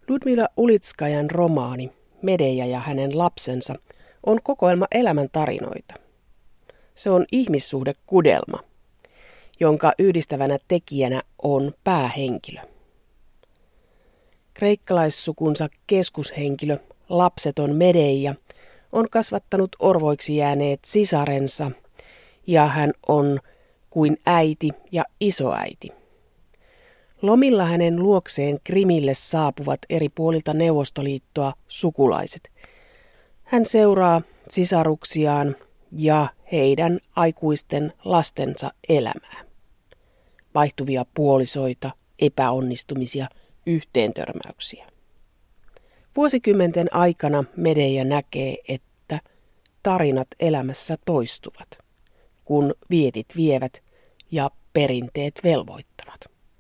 Ludmila Ulitskajan romaani Medeja ja hänen lapsensa on kokoelma elämäntarinoita. Se on ihmissuhdekudelma, jonka yhdistävänä tekijänä on päähenkilö. Kreikkalaissukunsa keskushenkilö, lapseton Medeja, on kasvattanut orvoiksi jääneet sisarensa ja hän on kuin äiti ja isoäiti. Lomilla hänen luokseen Krimille saapuvat eri puolilta Neuvostoliittoa sukulaiset. Hän seuraa sisaruksiaan ja heidän aikuisten lastensa elämää. Vaihtuvia puolisoita, epäonnistumisia, yhteentörmäyksiä. Vuosikymmenten aikana Medeja näkee, että tarinat elämässä toistuvat, kun vietit vievät ja perinteet velvoittavat.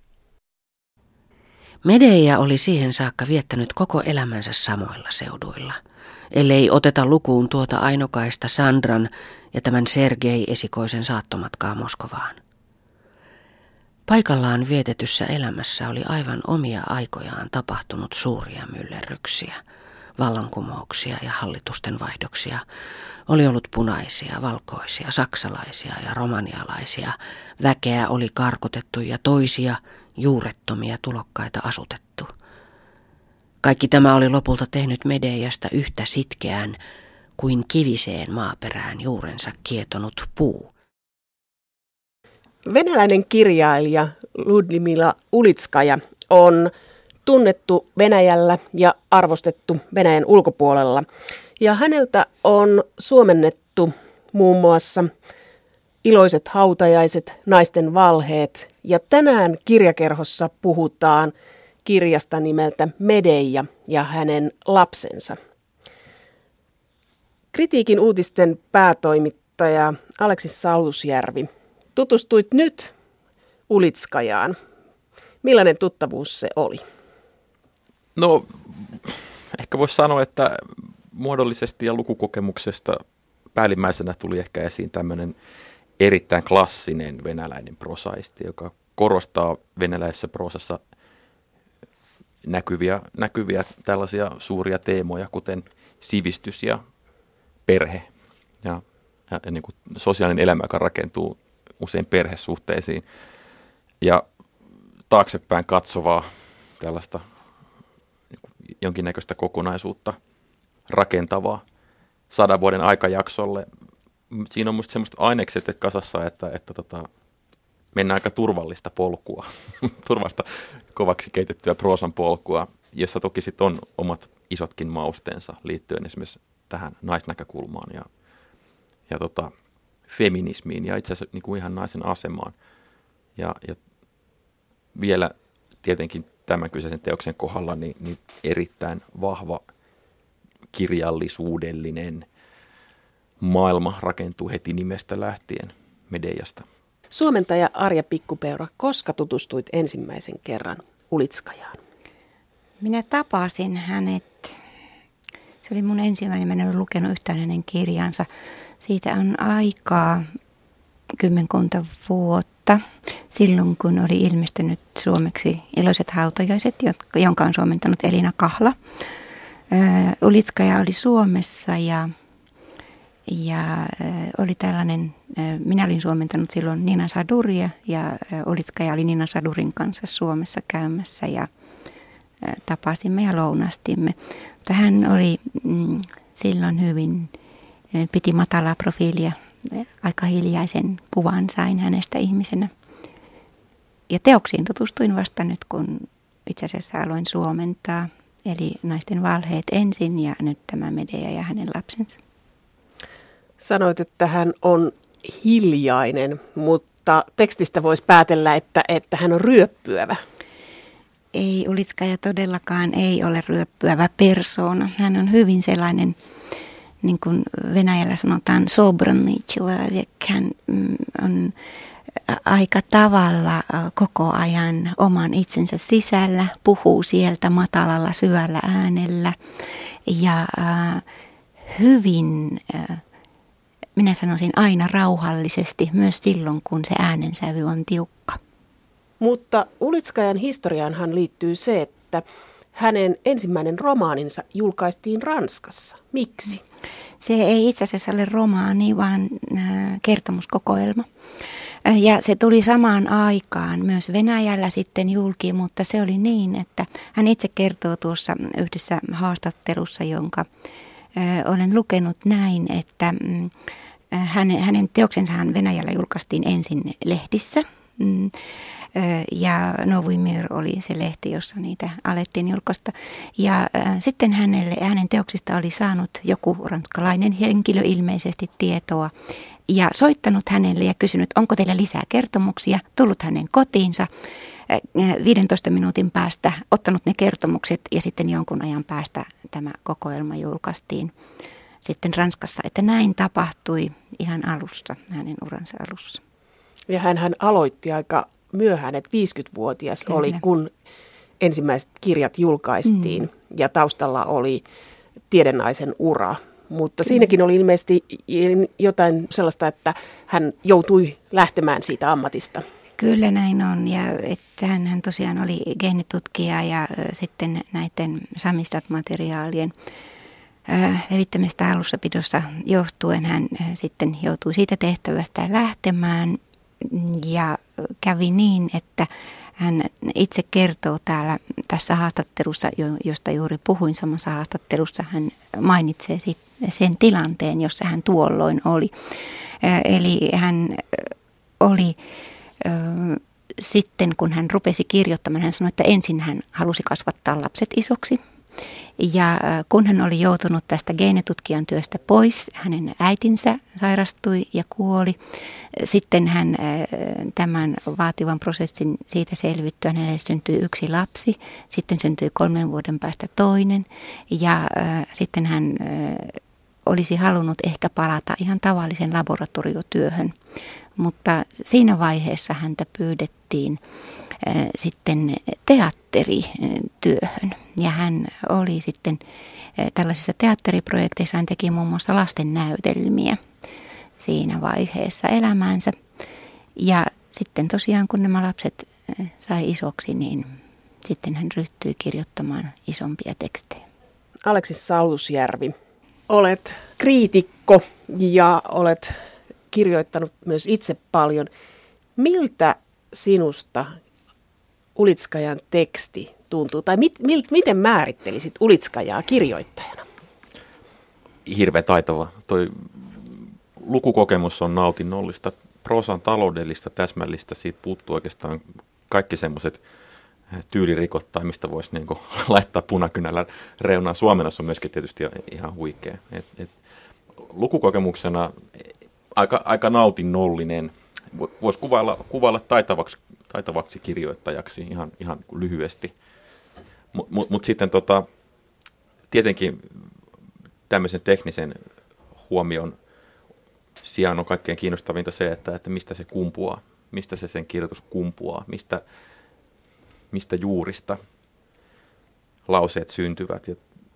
Medeja oli siihen saakka viettänyt koko elämänsä samoilla seuduilla, ellei oteta lukuun tuota ainokaista Sandran ja tämän Sergei-esikoisen saattomatkaa Moskovaan. Paikallaan vietetyssä elämässä oli aivan omia aikojaan tapahtunut suuria myllerryksiä, vallankumouksia ja hallitusten vaihdoksia. Oli ollut punaisia, valkoisia, saksalaisia ja romanialaisia. Väkeä oli karkotettu ja toisia juurettomia tulokkaita asutettu. Kaikki tämä oli lopulta tehnyt Medejasta yhtä sitkeän kuin kiviseen maaperään juurensa kietonut puu. Venäläinen kirjailija Ludmila Ulitskaja on tunnettu Venäjällä ja arvostettu Venäjän ulkopuolella. Ja häneltä on suomennettu muun muassa Iloiset hautajaiset, Naisten valheet. Ja tänään kirjakerhossa puhutaan kirjasta nimeltä Medeja ja hänen lapsensa. Kritiikin uutisten päätoimittaja Aleksis Salusjärvi, tutustuit nyt Ulitskajaan. Millainen tuttavuus se oli? No, ehkä voisi sanoa, että muodollisesti ja lukukokemuksesta päällimmäisenä tuli ehkä esiin tämmöinen erittäin klassinen venäläinen prosaisti, joka korostaa venäläisessä prosassa näkyviä tällaisia suuria teemoja, kuten sivistys ja perhe ja niin kuin sosiaalinen elämä, joka rakentuu usein perhesuhteisiin ja taaksepäin katsovaa tällaista jonkinnäköistä kokonaisuutta rakentavaa 100 vuoden aikajaksolle. Siinä on musta semmoista ainekset kasassa, että mennään aika turvallista polkua, turvasta kovaksi keitettyä proosan polkua, jossa toki sitten on omat isotkin mausteensa liittyen esimerkiksi tähän naisnäkökulmaan ja feminismiin ja itse asiassa niin kuin ihan naisen asemaan. Ja vielä tietenkin tämän kyseisen teoksen kohdalla niin erittäin vahva kirjallisuudellinen maailma rakentuu heti nimestä lähtien Medejasta. Suomentaja Arja Pikkupeura, koska tutustuit ensimmäisen kerran Ulitskajaan? Minä tapasin hänet. Se oli mun ensimmäinen, mä en ole lukenut yhtään hänen kirjansa. Siitä on aikaa 10 vuotta, silloin kun oli ilmestynyt suomeksi Iloiset hautajaiset, jonka on suomentanut Elina Kahla. Ulitskaja oli Suomessa ja oli tällainen, minä olin suomentanut silloin Nina Saduria ja Ulitskaja oli Nina Sadurin kanssa Suomessa käymässä ja tapasimme ja lounastimme. Mutta hän oli silloin hyvin, piti matalaa profiilia, aika hiljaisen kuvan sain hänestä ihmisenä. Ja teoksiin tutustuin vasta nyt, kun itse asiassa aloin suomentaa, eli Naisten valheet ensin ja nyt tämä Medeja ja hänen lapsensa. Sanoit, että hän on hiljainen, mutta tekstistä voisi päätellä, että hän on ryöppyävä. Ei, Ulitskaja todellakaan ei ole ryöppyävä persoona. Hän on hyvin sellainen, niin kuin Venäjällä sanotaan, sobranny человек. Hän on aika tavalla koko ajan oman itsensä sisällä, puhuu sieltä matalalla syvällä äänellä ja hyvin, minä sanoisin aina rauhallisesti, myös silloin kun se äänensävy on tiukka. Mutta Ulitskajan historiaanhan liittyy se, että hänen ensimmäinen romaaninsa julkaistiin Ranskassa. Miksi? Se ei itse asiassa ole romaani, vaan kertomuskokoelma. Ja se tuli samaan aikaan myös Venäjällä sitten julki, mutta se oli niin, että hän itse kertoo tuossa yhdessä haastattelussa, jonka olen lukenut näin, että hänen teoksensahan Venäjällä julkaistiin ensin lehdissä. Ja Nový mír oli se lehti, jossa niitä alettiin julkaista. Ja sitten hänen teoksista oli saanut joku ranskalainen henkilö ilmeisesti tietoa ja soittanut hänelle ja kysynyt, onko teillä lisää kertomuksia, tullut hänen kotiinsa 15 minuutin päästä, ottanut ne kertomukset ja sitten jonkun ajan päästä tämä kokoelma julkaistiin sitten Ranskassa. Että näin tapahtui ihan alussa, hänen uransa alussa. Ja hän aloitti aika myöhään, että 50-vuotias Kyllä. oli, kun ensimmäiset kirjat julkaistiin ja taustalla oli tiedenaisen ura. Mutta Kyllä. siinäkin oli ilmeisesti jotain sellaista, että hän joutui lähtemään siitä ammatista. Kyllä näin on, ja että hän tosiaan oli geenitutkija ja sitten näiden Samisdat-materiaalien levittämistä alussapidossa johtuen hän sitten joutui siitä tehtävästä lähtemään. Ja kävi niin, että hän itse kertoo täällä tässä haastattelussa, josta juuri puhuin samassa haastattelussa, hän mainitsee sen tilanteen, jossa hän tuolloin oli. Eli hän oli sitten, kun hän rupesi kirjoittamaan, hän sanoi, että ensin hän halusi kasvattaa lapset isoksi. Ja kun hän oli joutunut tästä geenitutkijan työstä pois, hänen äitinsä sairastui ja kuoli. Sitten hän tämän vaativan prosessin siitä selvittyä, hänelle syntyi yksi lapsi, sitten syntyi 3 vuoden päästä toinen ja sitten hän olisi halunnut ehkä palata ihan tavallisen laboratoriotyöhön. Mutta siinä vaiheessa häntä pyydettiin sitten teatterityöhön. Ja hän oli sitten tällaisissa teatteriprojekteissa, hän teki muun muassa lasten näytelmiä siinä vaiheessa elämäänsä. Ja sitten tosiaan, kun nämä lapset sai isoksi, niin sitten hän ryhtyi kirjoittamaan isompia tekstejä. Aleksis Saulusjärvi, olet kriitikko ja olet kirjoittanut myös itse paljon. Miltä sinusta Ulitskajan teksti tuntuu, tai miten määrittelisit Ulitskajaa kirjoittajana? Hirveän taitava. Toi lukukokemus on nautinnollista, proosan taloudellista, täsmällistä, siitä puuttuu oikeastaan kaikki semmoiset tyylirikot, tai mistä voisi niinku laittaa punakynällä reunaan. Suomennassa on myöskin tietysti ihan huikea. Lukukokemuksena aika nautinnollinen. Voisi kuvailla taitavaksi kirjoittajaksi ihan lyhyesti. Mutta sitten tietenkin tämmöisen teknisen huomion sijaan on kaikkein kiinnostavinta se, että mistä se kumpuaa, mistä se sen kirjoitus kumpuaa, mistä juurista lauseet syntyvät. Ja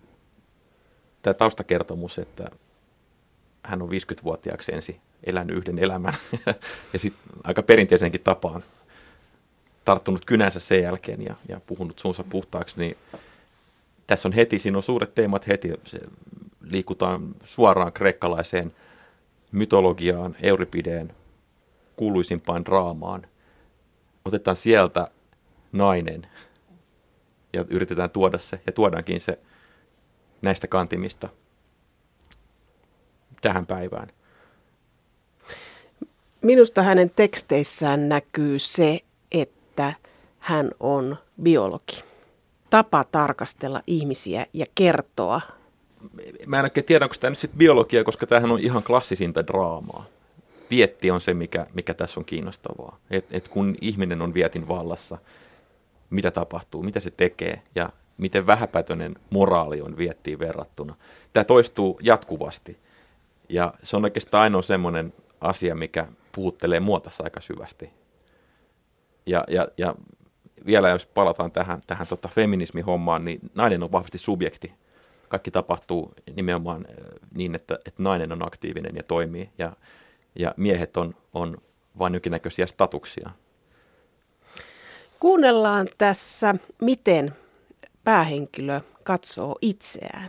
tämä taustakertomus, että hän on 50-vuotiaaksi ensin elänyt yhden elämän ja sitten aika perinteisenkin tapaan tarttunut kynänsä sen jälkeen ja puhunut suunsa puhtaaksi, niin tässä on siinä on suuret teemat heti. Liikutaan suoraan kreikkalaiseen mytologiaan, Euripideen kuuluisimpaan draamaan. Otetaan sieltä nainen ja yritetään tuoda se, ja tuodaankin se näistä kantimista tähän päivään. Minusta hänen teksteissään näkyy se, että hän on biologi. Tapa tarkastella ihmisiä ja kertoa. Mä en oikein tiedä, onko tämä nyt sitten biologia, koska tämähän on ihan klassisinta draamaa. Vietti on se, mikä tässä on kiinnostavaa. Et kun ihminen on vietin vallassa, mitä tapahtuu, mitä se tekee ja miten vähäpätöinen moraali on viettiin verrattuna. Tämä toistuu jatkuvasti ja se on oikeastaan ainoa semmoinen asia, mikä puhuttelee mua tässä aika syvästi. Ja vielä jos palataan tähän feminismihommaan, niin nainen on vahvasti subjekti. Kaikki tapahtuu nimenomaan niin, että nainen on aktiivinen ja toimii, ja miehet on vain jonkinnäköisiä statuksia. Kuunnellaan tässä, miten päähenkilö katsoo itseään.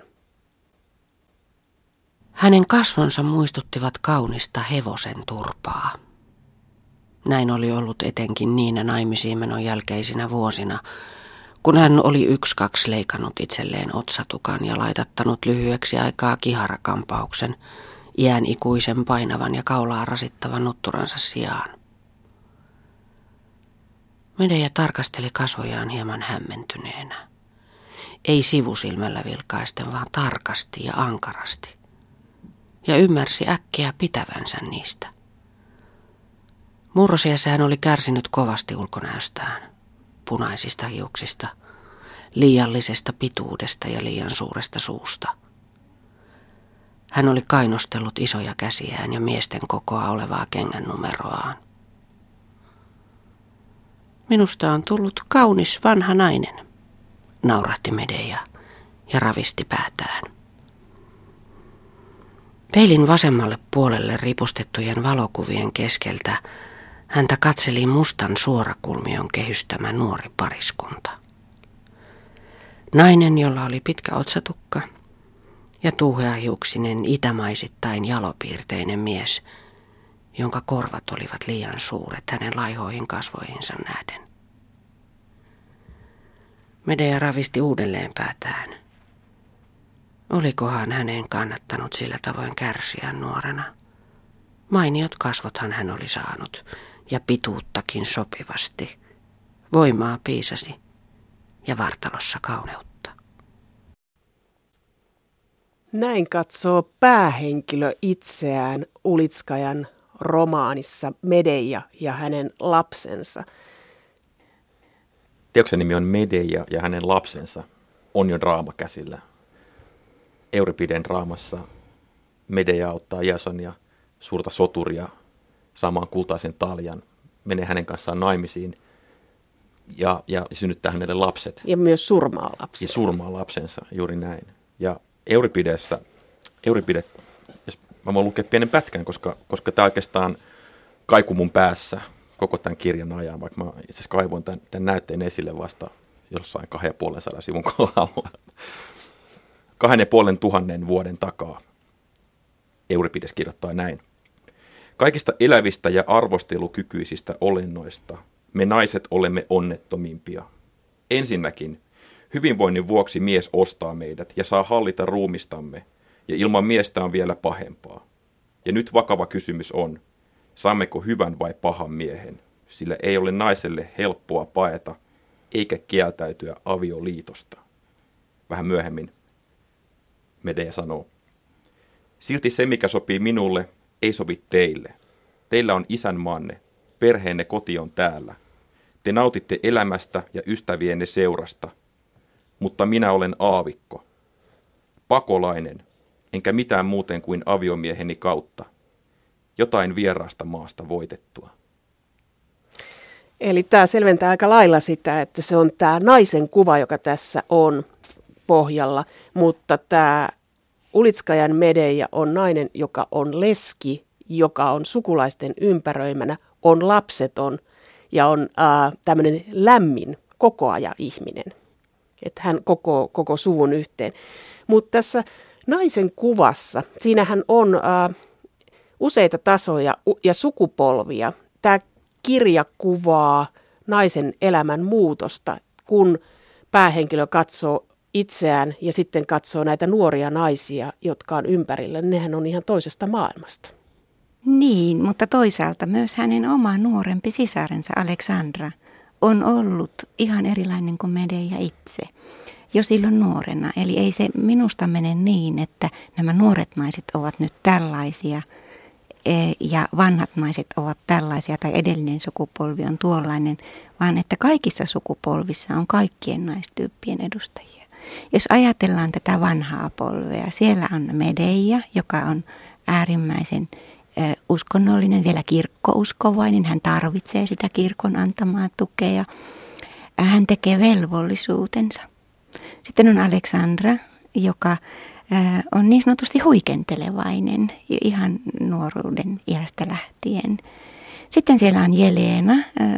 Hänen kasvonsa muistuttivat kaunista hevosen turpaa. Näin oli ollut etenkin Niina naimisiinmenon jälkeisinä vuosina, kun hän oli 1-2 leikannut itselleen otsatukan ja laitattanut lyhyeksi aikaa kiharakampauksen, iän ikuisen painavan ja kaulaa rasittavan nutturansa sijaan. Medea tarkasteli kasvojaan hieman hämmentyneenä. Ei sivusilmällä vilkaisten, vaan tarkasti ja ankarasti. Ja ymmärsi äkkiä pitävänsä niistä. Murrosiässä hän oli kärsinyt kovasti ulkonäöstään, punaisista hiuksista, liiallisesta pituudesta ja liian suuresta suusta. Hän oli kainostellut isoja käsiään ja miesten kokoa olevaa kengännumeroaan. Minusta on tullut kaunis vanha nainen, naurahti Medea ja ravisti päätään. Peilin vasemmalle puolelle ripustettujen valokuvien keskeltä häntä katseli mustan suorakulmion kehystämä nuori pariskunta. Nainen, jolla oli pitkä otsatukka, ja tuuheahiuksinen itämaisittain jalopiirteinen mies, jonka korvat olivat liian suuret hänen laihoihin kasvoihinsa nähden. Medea ravisti uudelleen päätään. Olikohan hänen kannattanut sillä tavoin kärsiä nuorena? Mainiot kasvothan hän oli saanut, ja pituuttakin sopivasti. Voimaa piisasi, ja vartalossa kauneutta. Näin katsoo päähenkilö itseään Ulitskajan romaanissa Medea ja hänen lapsensa. Teoksen nimi on Medea ja hänen lapsensa. On jo draama käsillä. Euripiden draamassa Medea auttaa Iasonia, suurta soturia, saamaan kultaisen taljan, menee hänen kanssaan naimisiin ja synnyttää hänelle lapset. Ja myös surmaa lapsen. Ja surmaa lapsensa, juuri näin. Ja Euripide, jos mä voin lukea pienen pätkän, koska tämä oikeastaan kaiku mun päässä koko tämän kirjan ajan, vaikka mä itse asiassa kaivoin tämän näytteen esille vasta jossain 250 sivun kohdalla. 2500 vuoden takaa Euripides kirjoittaa näin. Kaikista elävistä ja arvostelukykyisistä olennoista me naiset olemme onnettomimpia. Ensinnäkin, hyvinvoinnin vuoksi mies ostaa meidät ja saa hallita ruumistamme, ja ilman miestä on vielä pahempaa. Ja nyt vakava kysymys on, saammeko hyvän vai pahan miehen, sillä ei ole naiselle helppoa paeta eikä kieltäytyä avioliitosta. Vähän myöhemmin Medea sanoo, silti se mikä sopii minulle, ei sovi teille. Teillä on isänmaanne, perheenne koti on täällä. Te nautitte elämästä ja ystävienne seurasta, mutta minä olen aavikko, pakolainen, enkä mitään muuten kuin aviomieheni kautta, jotain vieraasta maasta voitettua. Eli tämä selventää aika lailla sitä, että se on tämä naisen kuva, joka tässä on pohjalla, mutta tämä Ulitskajan Medea on nainen, joka on leski, joka on sukulaisten ympäröimänä, on lapseton ja on tämmöinen lämmin kokoaja ihminen. Että hän koko suvun yhteen. Mutta tässä naisen kuvassa, siinähän on useita tasoja ja sukupolvia. Tämä kirja kuvaa naisen elämän muutosta, kun päähenkilö katsoo itseään ja sitten katsoo näitä nuoria naisia, jotka on ympärillä. Nehän on ihan toisesta maailmasta. Niin, mutta toisaalta myös hänen oma nuorempi sisarensa Aleksandra on ollut ihan erilainen kuin Medea itse jo silloin nuorena. Eli ei se minusta mene niin, että nämä nuoret naiset ovat nyt tällaisia ja vanhat naiset ovat tällaisia tai edellinen sukupolvi on tuollainen, vaan että kaikissa sukupolvissa on kaikkien naistyyppien edustajia. Jos ajatellaan tätä vanhaa polvea, siellä on Medea, joka on äärimmäisen uskonnollinen, vielä kirkkouskovainen. Hän tarvitsee sitä kirkon antamaa tukea. Hän tekee velvollisuutensa. Sitten on Aleksandra, joka on niin sanotusti huikentelevainen ihan nuoruuden iästä lähtien. Sitten siellä on Jelena,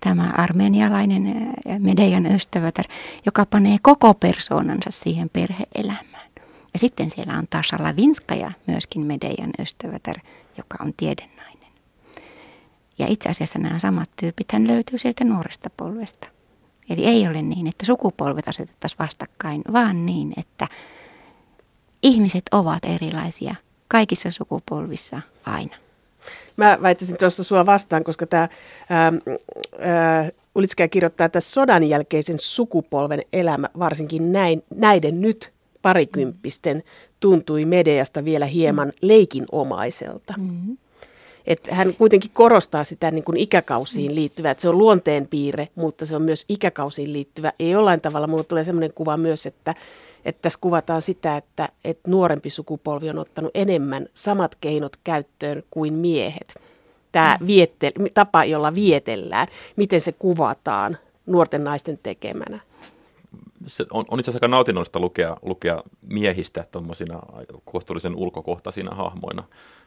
tämä armenialainen Medejan ystävätär, joka panee koko persoonansa siihen perhe-elämään. Ja sitten siellä on taas Lavinskaja, myöskin Medejan ystävätär, joka on tiedennainen. Ja itse asiassa nämä samat tyypithän löytyy sieltä nuoresta polvesta. Eli ei ole niin, että sukupolvet asetettaisiin vastakkain, vaan niin, että ihmiset ovat erilaisia kaikissa sukupolvissa aina. Mä väittäisin tuosta sua vastaan, koska tämä Ulitskaja kirjoittaa, että sodan jälkeisen sukupolven elämä, varsinkin näiden nyt parikymppisten, tuntui Medejasta vielä hieman leikinomaiselta. Mm-hmm. Että hän kuitenkin korostaa sitä niin kuin ikäkausiin liittyvää, että se on luonteenpiirre, mutta se on myös ikäkausiin liittyvä. Ei jollain tavalla, mulle tulee sellainen kuva myös, että tässä kuvataan sitä, että nuorempi sukupolvi on ottanut enemmän samat keinot käyttöön kuin miehet. Tämä tapa, jolla vietellään, miten se kuvataan nuorten naisten tekemänä. Se on itse asiassa aika nautinnollista lukea miehistä tuommoisina kohtuullisen ulkokohtaisina hahmoina,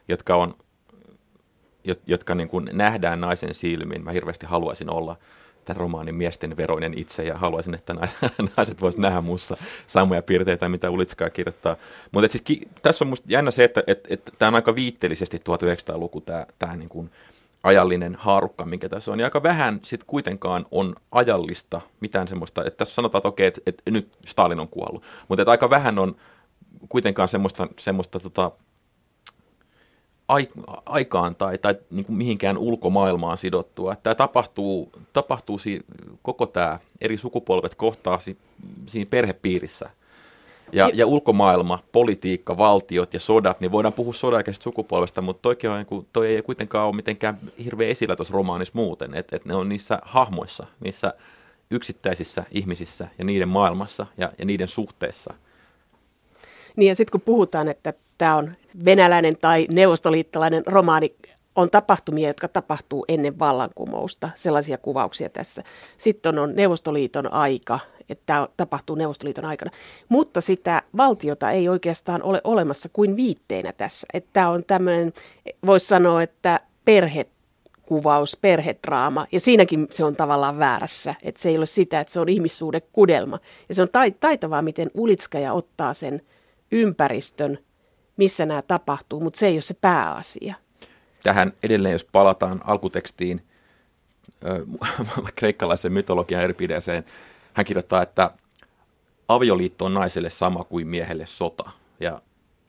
jotka niin kuin nähdään naisen silmin. Mä hirveästi haluaisin olla tämän romaanin miesten veroinen itse ja haluaisin, että naiset voisivat nähdä muussa samoja piirteitä, mitä Ulitskaja kirjoittaa. Mutta siis, tässä on musta jännä se, että tämä on aika viitteellisesti 1900-luku tämä niin kuin ajallinen haarukka, minkä tässä on. Ja aika vähän sitten kuitenkaan on ajallista mitään semmoista, että tässä sanotaan, että okei, että nyt Stalin on kuollut. Mutta että aika vähän on kuitenkaan semmoista aikaan tai niin kuin mihinkään ulkomaailmaan sidottua. Tämä tapahtuu koko tämä eri sukupolvet kohtaa siinä perhepiirissä. Ja ulkomaailma, politiikka, valtiot ja sodat, niin voidaan puhua sodan-aikaisesta sukupolvesta, mutta toi ei kuitenkaan ole mitenkään hirveän esillä tuossa romaanissa muuten. Että ne on niissä hahmoissa, niissä yksittäisissä ihmisissä ja niiden maailmassa ja niiden suhteessa. Niin ja sitten kun puhutaan, että tämä on venäläinen tai neuvostoliittolainen romaani, on tapahtumia, jotka tapahtuu ennen vallankumousta, sellaisia kuvauksia tässä. Sitten on Neuvostoliiton aika, että tämä tapahtuu Neuvostoliiton aikana. Mutta sitä valtiota ei oikeastaan ole olemassa kuin viitteinä tässä. Että tämä on tämmöinen, voisi sanoa, että perhekuvaus, perhedraama. Ja siinäkin se on tavallaan väärässä. Että se ei ole sitä, että se on ihmissuhdekudelma. Ja se on taitavaa, miten Ulitskaja ottaa sen ympäristön, missä nämä tapahtuu, mutta se ei ole se pääasia. Tähän edelleen, jos palataan alkutekstiin, kreikkalaisen mytologian eri pideeseen, hän kirjoittaa, että avioliitto on naiselle sama kuin miehelle sota. Ja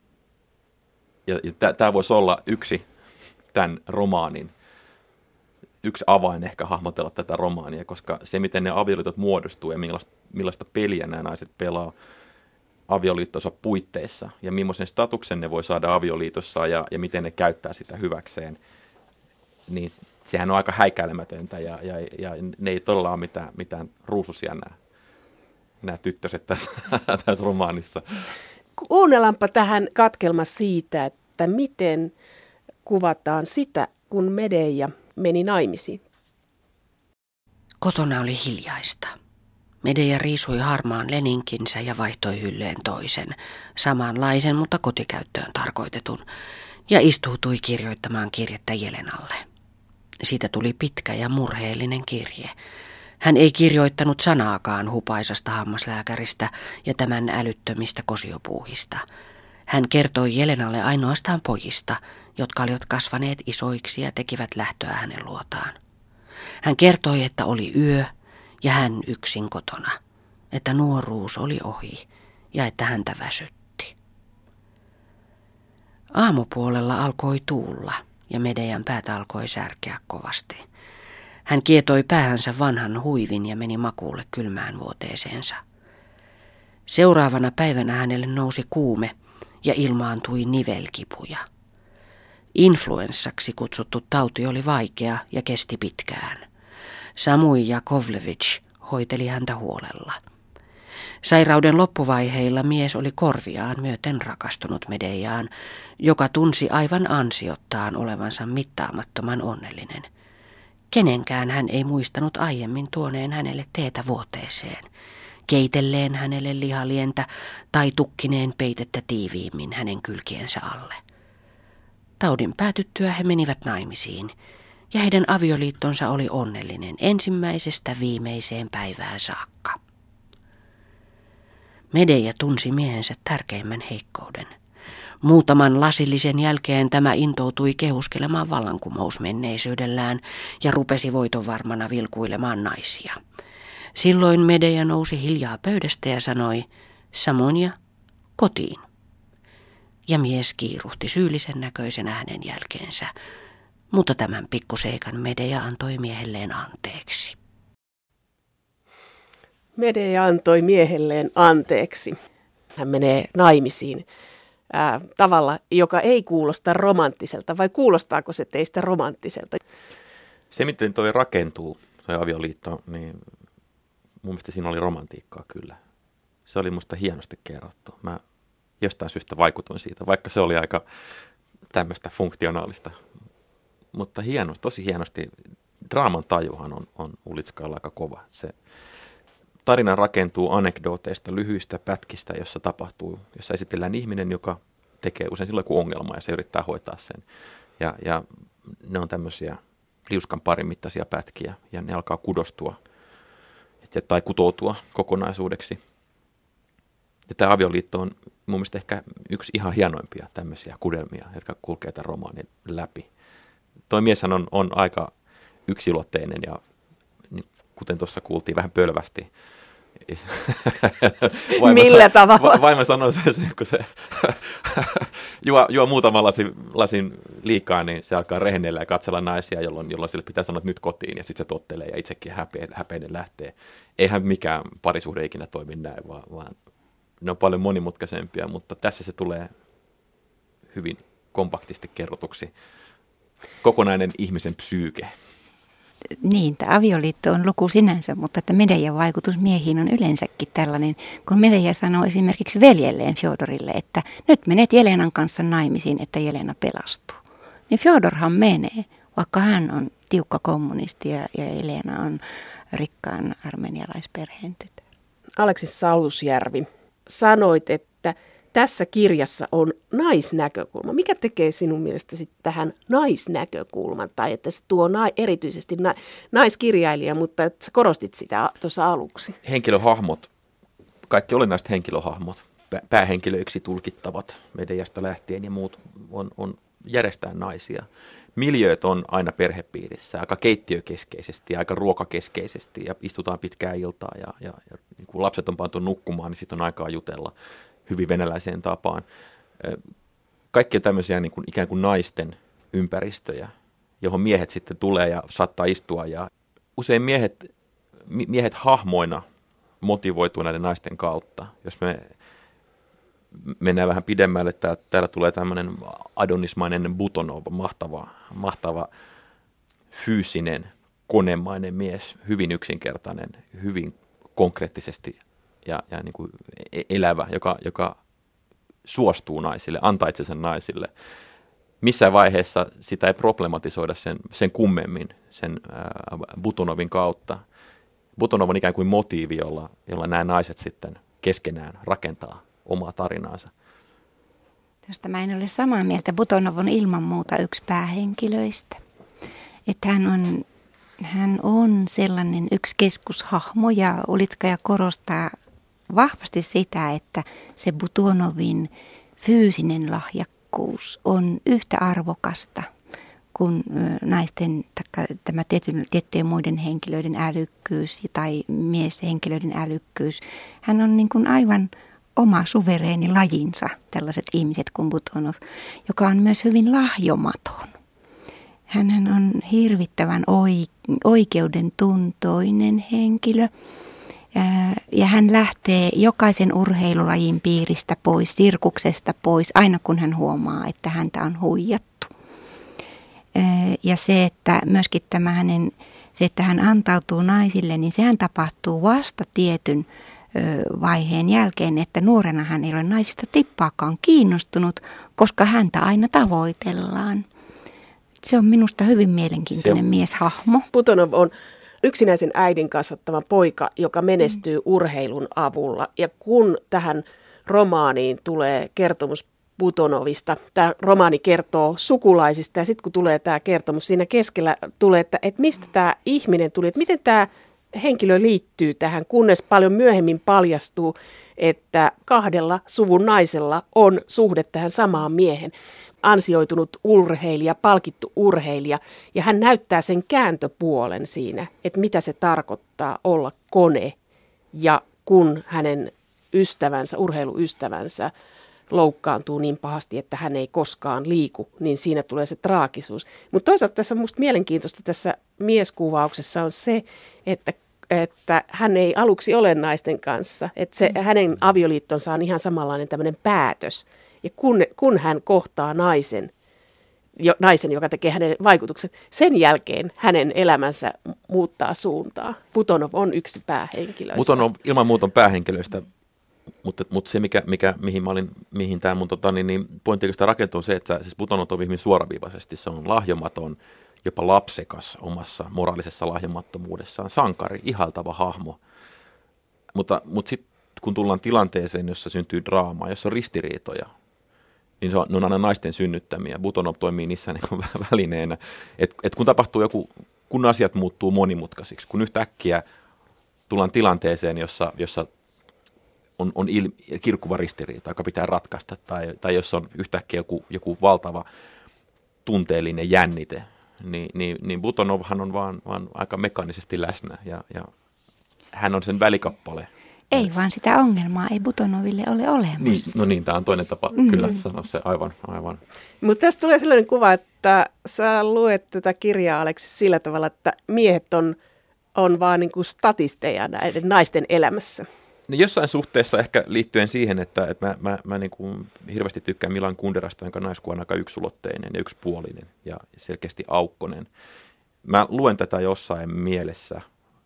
tämä voisi olla yksi tämän romaanin, yksi avain ehkä hahmotella tätä romaania, koska se, miten ne avioliitot muodostuu ja millaista peliä nämä naiset pelaa avioliittonsa puitteissa ja millaisen statuksen ne voi saada avioliitossa ja miten ne käyttää sitä hyväkseen, niin sehän on aika häikäilemätöntä ja ne ei todella ole mitään ruususia nämä tyttöset tässä romaanissa. Kuunnellaanpa tähän katkelma siitä, että miten kuvataan sitä, kun Medeja meni naimisiin. Kotona oli hiljaista. Medeja riisui harmaan leninkinsä ja vaihtoi hylleen toisen, samanlaisen, mutta kotikäyttöön tarkoitetun, ja istuutui kirjoittamaan kirjettä Jelenalle. Siitä tuli pitkä ja murheellinen kirje. Hän ei kirjoittanut sanaakaan hupaisasta hammaslääkäristä ja tämän älyttömistä kosiopuuhista. Hän kertoi Jelenalle ainoastaan pojista, jotka olivat kasvaneet isoiksi ja tekivät lähtöä hänen luotaan. Hän kertoi, että oli yö ja hän yksin kotona, että nuoruus oli ohi ja että häntä väsytti. Aamupuolella alkoi tuulla ja Medejan päätä alkoi särkeä kovasti. Hän kietoi päähänsä vanhan huivin ja meni makuulle kylmään vuoteeseensa. Seuraavana päivänä hänelle nousi kuume ja ilmaantui nivelkipuja. Influenssaksi kutsuttu tauti oli vaikea ja kesti pitkään. Samui Jakovlevich hoiteli häntä huolella. Sairauden loppuvaiheilla mies oli korviaan myöten rakastunut Medejaan, joka tunsi aivan ansiottaan olevansa mittaamattoman onnellinen. Kenenkään hän ei muistanut aiemmin tuoneen hänelle teetä vuoteeseen, keitelleen hänelle lihalientä tai tukkineen peitettä tiiviimmin hänen kylkiensä alle. Taudin päätyttyä he menivät naimisiin, ja heidän avioliittonsa oli onnellinen ensimmäisestä viimeiseen päivään saakka. Medea tunsi miehensä tärkeimmän heikkouden. Muutaman lasillisen jälkeen tämä intoutui kehuskelemaan vallankumousmenneisyydellään ja rupesi voitonvarmana vilkuilemaan naisia. Silloin Medea nousi hiljaa pöydästä ja sanoi, Samonia, kotiin. Ja mies kiiruhti syyllisen näköisenä hänen jälkeensä, mutta tämän pikkuseikan Medea antoi miehelleen anteeksi. Medea antoi miehelleen anteeksi. Hän menee naimisiin tavalla, joka ei kuulosta romanttiselta, vai kuulostaako se teistä romanttiselta? Se, miten toi rakentuu, se avioliitto, niin mun mielestä siinä oli romantiikkaa kyllä. Se oli musta hienosti kerrottu. Mä jostain syystä vaikutuin siitä, vaikka se oli aika tämmöistä funktionaalista. Mutta tosi hienosti. Draaman tajuhan on Ulitskajalla aika kova. Se tarina rakentuu anekdooteista, lyhyistä pätkistä, jossa esitellään ihminen, joka tekee usein silloin kuin ongelma ja se yrittää hoitaa sen. Ja ne on tämmöisiä liuskan parin mittaisia pätkiä ja ne alkaa kudostua tai kutoutua kokonaisuudeksi. Ja tämä avioliitto on mun mielestä ehkä yksi ihan hienoimpia tämmöisiä kudelmia, jotka kulkee tämän romaanin läpi. Toi mieshän on aika yksilotteinen ja kuten tuossa kuultiin vähän pölvästi. Millä tavalla? Vaimo sanoi sen, kun se juo muutaman lasin liikaa, niin se alkaa rehennellä ja katsella naisia, jolloin sille pitää sanoa, että nyt kotiin, ja sitten se tottelee ja itsekin häpeinen lähtee. Eihän mikään parisuhde ikinä toimi näin, vaan ne on paljon monimutkaisempia, mutta tässä se tulee hyvin kompaktisti kerrotuksi. Kokonainen ihmisen psyyke. Niin, tämä avioliitto on luku sinänsä, mutta että Medean vaikutus miehiin on yleensäkin tällainen, kun Medea sanoo esimerkiksi veljelleen Fjodorille, että nyt menet Jelenan kanssa naimisiin, että Jelena pelastuu. Niin Fjodorhan menee, vaikka hän on tiukka kommunisti ja Jelena on rikkaan armenialaisperheen tytär. Aleksis Salusjärvi, sanoit, että tässä kirjassa on naisnäkökulma. Mikä tekee sinun mielestäsi tähän naisnäkökulman? Tai että se tuo erityisesti naiskirjailija, mutta että sä korostit sitä tuossa aluksi. Henkilöhahmot, kaikki olennaiset henkilöhahmot, päähenkilöiksi tulkittavat Medeasta lähtien ja muut on järjestään naisia. Miljööt on aina perhepiirissä, aika keittiökeskeisesti, aika ruokakeskeisesti ja istutaan pitkää iltaa ja niin kun lapset on pantu nukkumaan, niin sitten on aikaa jutella hyvin venäläiseen tapaan. Kaikkia tämmöisiä niin kuin ikään kuin naisten ympäristöjä, johon miehet sitten tulee ja saattaa istua. Ja usein miehet hahmoina motivoituu näiden naisten kautta. Jos me mennään vähän pidemmälle, täällä tulee tämmöinen adonismainen Butonov, mahtava fyysinen, konemainen mies, hyvin yksinkertainen, hyvin konkreettisesti ja niin kuin elävä, joka suostuu naisille, antaa itsensä naisille. Missään vaiheessa sitä ei problematisoida sen kummemmin sen Butonovin kautta. Butonov on ikään kuin motiivi, jolla nämä naiset sitten keskenään rakentaa omaa tarinaansa. Tästä mä en ole samaa mieltä. Butonov on ilman muuta yksi päähenkilöistä. Että hän on sellainen yksi keskushahmo ja Ulitskaja korostaa vahvasti sitä, että se Butonovin fyysinen lahjakkuus on yhtä arvokasta kuin naisten, tämä tiettyjen muiden henkilöiden älykkyys tai mieshenkilöiden älykkyys. Hän on niin kuin aivan oma suvereeni lajinsa, tällaiset ihmiset kuin Butonov, joka on myös hyvin lahjomaton. Hän on hirvittävän oikeudentuntoinen henkilö ja hän lähtee jokaisen urheilulajin piiristä pois, sirkuksesta pois, aina kun hän huomaa, että häntä on huijattu. Ja se, että myöskin se, että hän antautuu naisille, niin sehän tapahtuu vasta tietyn vaiheen jälkeen, että nuorena hän ei ole naisista tippaakaan kiinnostunut, koska häntä aina tavoitellaan. Se on minusta hyvin mielenkiintoinen mieshahmo. Butonov on yksinäisen äidin kasvattama poika, joka menestyy urheilun avulla. Ja kun tähän romaaniin tulee kertomus Butonovista. Tämä romaani kertoo sukulaisista ja sitten kun tulee tämä kertomus, siinä keskellä tulee, että mistä tämä ihminen tuli, että miten tämä henkilö liittyy tähän, kunnes paljon myöhemmin paljastuu, että 2 suvun naisella on suhde tähän samaan miehen. Ansioitunut urheilija, palkittu urheilija, ja hän näyttää sen kääntöpuolen siinä, että mitä se tarkoittaa olla kone, ja kun hänen ystävänsä, urheiluystävänsä loukkaantuu niin pahasti, että hän ei koskaan liiku, niin siinä tulee se traagisuus. Mutta toisaalta tässä on musta mielenkiintoista tässä mieskuvauksessa on se, että hän ei aluksi ole naisten kanssa, että se hänen avioliittonsa on ihan samanlainen tämmöinen päätös. Ja kun hän kohtaa naisen, joka tekee hänen vaikutuksen, sen jälkeen hänen elämänsä muuttaa suuntaa. Butonov on yksi päähenkilöistä. Butonov ilman muuta on päähenkilöistä, mutta se, mihin tämä mun pointti oikeastaan rakentuu, on se, että siis Butonov on hyvin suoraviivaisesti. Se on lahjomaton, jopa lapsekas omassa moraalisessa lahjomattomuudessaan, sankari, ihailtava hahmo. Mutta sitten kun tullaan tilanteeseen, jossa syntyy draamaa, jossa on ristiriitoja, niin ne on aina naisten synnyttämiä. Butonov toimii niissä niin välineenä. Et kun tapahtuu kun asiat muuttuu monimutkaisiksi, kun yhtäkkiä tullaan tilanteeseen, jossa on kirkkuva ristiriita, joka pitää ratkaista, tai jos on yhtäkkiä joku valtava tunteellinen jännite, niin Butonovhan on vaan aika mekaanisesti läsnä, ja hän on sen välikappale. Ei vaan sitä ongelmaa, ei Butonoville ole olemassa. Niin, tämä on toinen tapa kyllä sanoa se aivan. Mutta tässä tulee sellainen kuva, että sä luet tätä kirjaa, Aleksi, sillä tavalla, että miehet on vaan niin kuin statisteja näiden naisten elämässä. No jossain suhteessa ehkä liittyen siihen, että mä niin kuin hirveästi tykkään Milan Kunderasta, jonka naiskuva on aika yksulotteinen ja yksipuolinen ja selkeästi aukkonen. Mä luen tätä jossain mielessä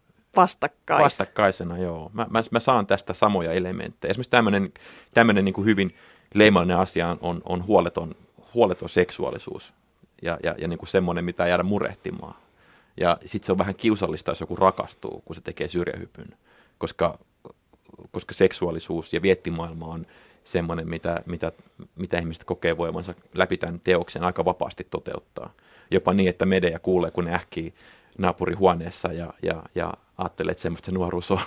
vastakkaisena, joo. Mä saan tästä samoja elementtejä. Esimerkiksi tämmöinen niin kuin hyvin leimallinen asia on huoleton seksuaalisuus ja niin kuin semmoinen, mitä ei jäädä murehtimaan. Ja sitten se on vähän kiusallista, jos joku rakastuu, kun se tekee syrjähypyn, koska seksuaalisuus ja viettimaailma on semmoinen, mitä ihmiset kokee voimansa läpi tämän teoksen aika vapaasti toteuttaa. Jopa niin, että media kuulee, kun ne ähkii naapurihuoneessa ja ajattelee, että semmoista se nuoruus on.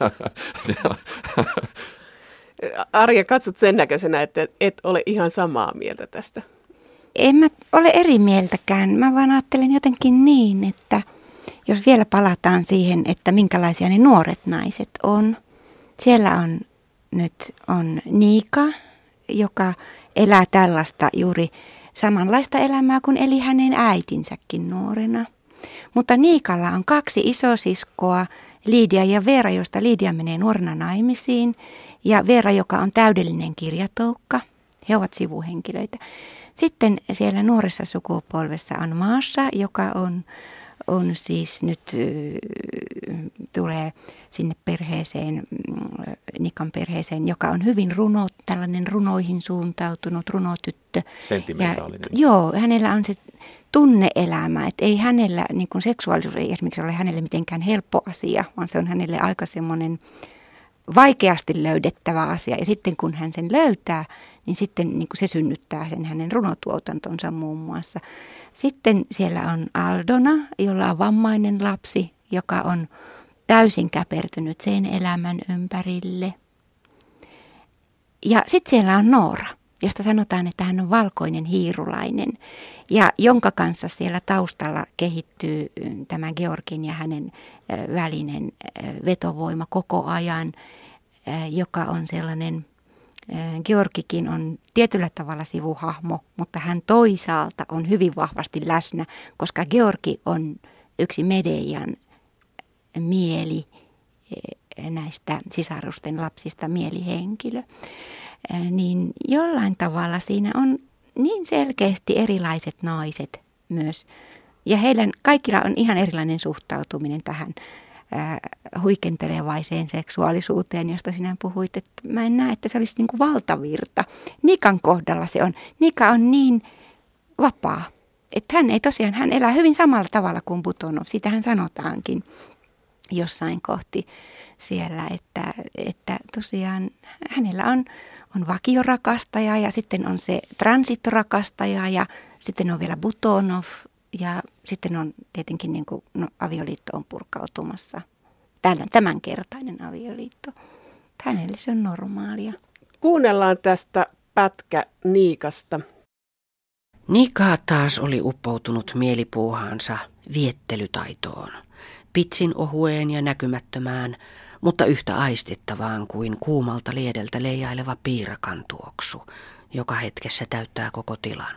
Arja, katsot sen näköisenä, että et ole ihan samaa mieltä tästä. En mä ole eri mieltäkään. Mä vaan ajattelen jotenkin niin, että jos vielä palataan siihen, että minkälaisia ne nuoret naiset on. Siellä on Niika, joka elää tällaista juuri samanlaista elämää kuin eli hänen äitinsäkin nuorena. Mutta Niikalla on 2 isosiskoa, Lidia ja Veera, joista Lidia menee nuorena naimisiin, ja Veera, joka on täydellinen kirjatoukka. He ovat sivuhenkilöitä. Sitten siellä nuoressa sukupolvessa on Maasha, joka on siis nyt tulee sinne perheeseen, Nikan perheeseen, joka on hyvin tällainen runoihin suuntautunut runotyttö. Sentimentaalinen. Joo, hänellä on se tunne-elämä, että ei hänellä, niin kuin seksuaalisuus ei esimerkiksi ole hänelle mitenkään helppo asia, vaan se on hänelle aika semmoinen vaikeasti löydettävä asia. Ja sitten kun hän sen löytää, niin sitten niin kuin se synnyttää sen hänen runotuotantonsa muun muassa. Sitten siellä on Aldona, jolla on vammainen lapsi, joka on täysin käpertynyt sen elämän ympärille. Ja sitten siellä on Noora, josta sanotaan, että hän on valkoinen hiirulainen ja jonka kanssa siellä taustalla kehittyy tämä Georgin ja hänen välinen vetovoima koko ajan, joka on sellainen, Georgikin on tietyllä tavalla sivuhahmo, mutta hän toisaalta on hyvin vahvasti läsnä, koska Georgi on yksi Medeian mieli näistä sisarusten lapsista mielihenkilö. Niin jollain tavalla siinä on niin selkeästi erilaiset naiset myös. Ja heidän kaikilla on ihan erilainen suhtautuminen tähän huikentelevaiseen seksuaalisuuteen, josta sinä puhuit. Että mä en näe, että se olisi niin kuin valtavirta. Nikan kohdalla se on. Nika on niin vapaa, että hän elää hyvin samalla tavalla kuin Butonov. Sitä hän sanotaankin. jossain kohti siellä, että tosiaan hänellä on vakiorakastaja ja sitten on se transittorakastaja ja sitten on vielä Butonov ja sitten on tietenkin niin kuin, avioliitto on purkautumassa. Tämänkertainen avioliitto. Hänelle se on normaalia. Kuunnellaan tästä pätkä Niikasta. Nika taas oli uppoutunut mielipuuhaansa viettelytaitoon, pitsin ohueen ja näkymättömään, mutta yhtä aistittavaan kuin kuumalta liedeltä leijaileva piirakan tuoksu, joka hetkessä täyttää koko tilan.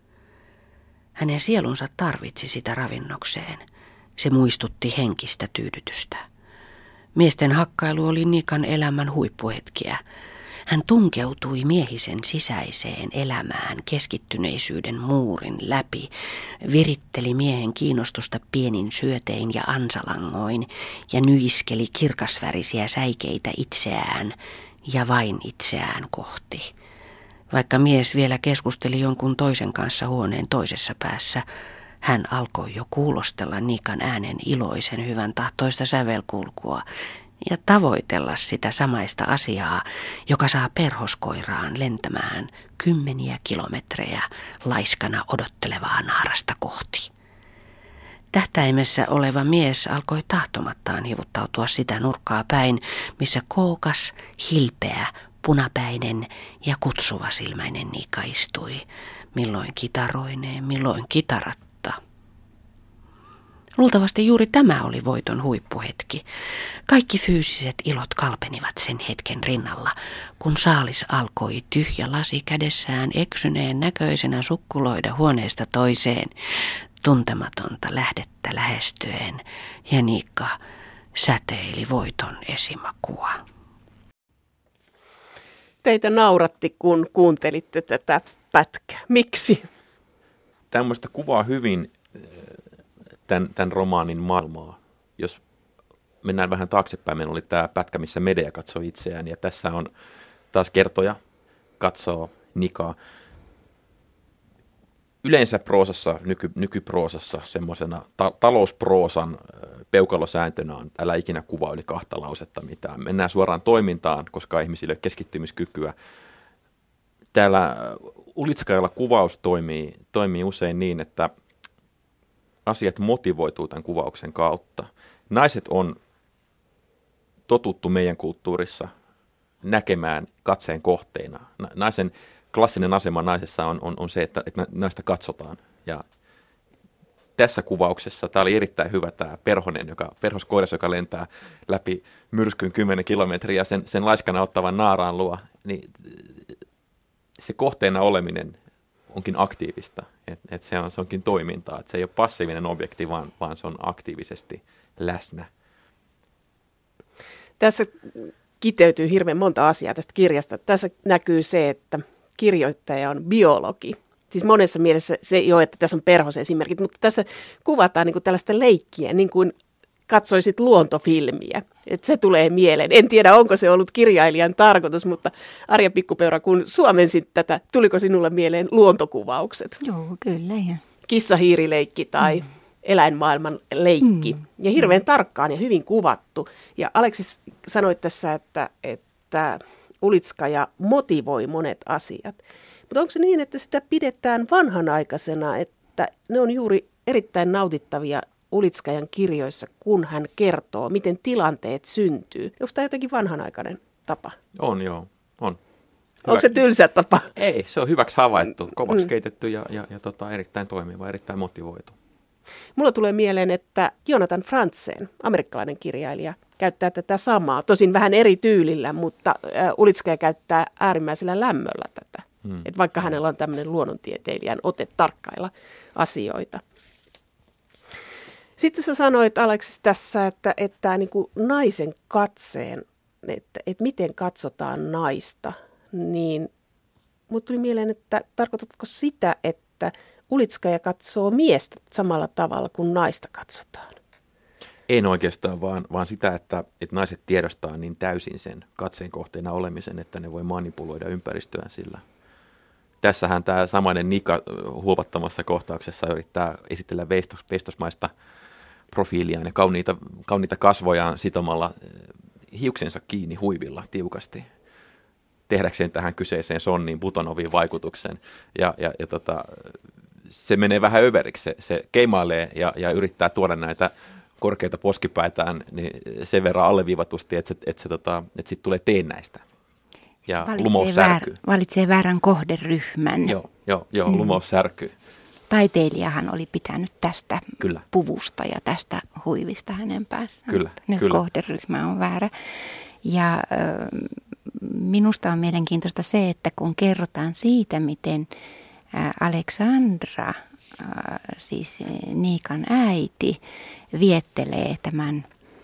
Hänen sielunsa tarvitsi sitä ravinnokseen. Se muistutti henkistä tyydytystä. Miesten hakkailu oli Nikan elämän huippuhetkiä. Hän tunkeutui miehisen sisäiseen elämään keskittyneisyyden muurin läpi, viritteli miehen kiinnostusta pienin syötein ja ansalangoin ja nyiskeli kirkasvärisiä säikeitä itseään ja vain itseään kohti. Vaikka mies vielä keskusteli jonkun toisen kanssa huoneen toisessa päässä, hän alkoi jo kuulostella Nikan äänen iloisen hyvän tahtoista sävelkulkua ja tavoitella sitä samaista asiaa, joka saa perhoskoiraan lentämään 10 kilometrejä laiskana odottelevaa naarasta kohti. Tähtäimessä oleva mies alkoi tahtomattaan hivuttautua sitä nurkkaa päin, missä kookas, hilpeä, punapäinen ja kutsuvasilmäinen Nika istui, milloin kitaroineen, milloin kitaratta. Luultavasti juuri tämä oli voiton huippuhetki. Kaikki fyysiset ilot kalpenivat sen hetken rinnalla, kun saalis alkoi tyhjä lasi kädessään eksyneen näköisenä sukkuloida huoneesta toiseen, tuntematonta lähdettä lähestyen, ja Nika säteili voiton esimakua. Teitä nauratti, kun kuuntelitte tätä pätkää. Miksi? Tämmöistä kuvaa hyvin tämän romaanin maailmaa. Jos mennään vähän taaksepäin, meillä oli tämä pätkä, missä Medea katsoi itseään, ja tässä on taas kertoja katsoo Nikaa. Yleensä proosassa, nykyproosassa, semmoisena talousproosan peukalosääntönä on, älä ikinä kuvaa yli 2 lausetta mitään. Mennään suoraan toimintaan, koska ihmisillä ei ole keskittymiskykyä. Täällä Ulitskajalla kuvaus toimii usein niin, että asiat motivoituu tämän kuvauksen kautta. Naiset on totuttu meidän kulttuurissa näkemään katseen kohteina. Naisen klassinen asema naisessa on se, että naista katsotaan. Ja tässä kuvauksessa tämä oli erittäin hyvä tämä perhoskoiras, joka lentää läpi myrskyn 10 kilometriä sen laiskana ottavan naaraan luo. Niin se kohteena oleminen onkin aktiivista, että se onkin toimintaa, että se ei ole passiivinen objekti, vaan se on aktiivisesti läsnä. Tässä kiteytyy hirveän monta asiaa tästä kirjasta. Tässä näkyy se, että kirjoittaja on biologi. Siis monessa mielessä se ei ole, että tässä on perhosesimerkit, mutta tässä kuvataan niin kuin tällaista leikkiä, niin kuin katsoisit luontofilmiä. Että se tulee mieleen. En tiedä, onko se ollut kirjailijan tarkoitus, mutta Arja Pikkupeura, kun suomensit tätä, tuliko sinulle mieleen luontokuvaukset? Joo, kyllä. Kissa-hiirileikki tai eläinmaailman leikki. Ja hirveän tarkkaan ja hyvin kuvattu. Ja Aleksis sanoi tässä, että Ulitskaja motivoi monet asiat. Mutta onko se niin, että sitä pidetään vanhanaikaisena, että ne on juuri erittäin nautittavia Ulitskajan kirjoissa, kun hän kertoo, miten tilanteet syntyy? Onko tämä jotenkin vanhanaikainen tapa? On, joo. On. Onko se tylsä tapa? Ei, se on hyväksi havaittu, kovaksi keitetty ja erittäin toimiva, erittäin motivoitu. Mulla tulee mieleen, että Jonathan Franzen, amerikkalainen kirjailija, käyttää tätä samaa. Tosin vähän eri tyylillä, mutta Ulitskaja käyttää äärimmäisellä lämmöllä tätä. Et vaikka hänellä on tämmöinen luonnontieteilijän ote tarkkailla asioita. Sitten sä sanoit, Aleksis, tässä, että niin kuin naisen katseen, että miten katsotaan naista, niin mut tuli mieleen, että tarkoitatko sitä, että Ulitskaja katsoo miestä samalla tavalla kuin naista katsotaan? En oikeastaan, vaan sitä, että naiset tiedostaa niin täysin sen katseen kohteena olemisen, että ne voi manipuloida ympäristöään sillä. Tässähän tämä samainen Nika huopattomassa kohtauksessa yrittää esitellä veistosmaista profiiliaan ja kauniita kasvojaan sitomalla hiuksensa kiinni huivilla tiukasti tehdäkseen tähän kyseiseen Sonniin Butonoviin vaikutuksen. Ja se menee vähän överiksi. Se keimailee ja yrittää tuoda näitä korkeita poskipäitään niin sen verran alleviivatusti, että siitä tulee teennäistä. Ja lumous särkyy. Valitsee väärän kohderyhmän. Joo, lumous särkyy. Taiteilijahan oli pitänyt tästä puvusta ja tästä huivista hänen päässään. Kyllä. Nyt kohderyhmä on väärä. Ja minusta on mielenkiintoista se, että kun kerrotaan siitä, miten Aleksandra, siis Niikan äiti, viettelee tämän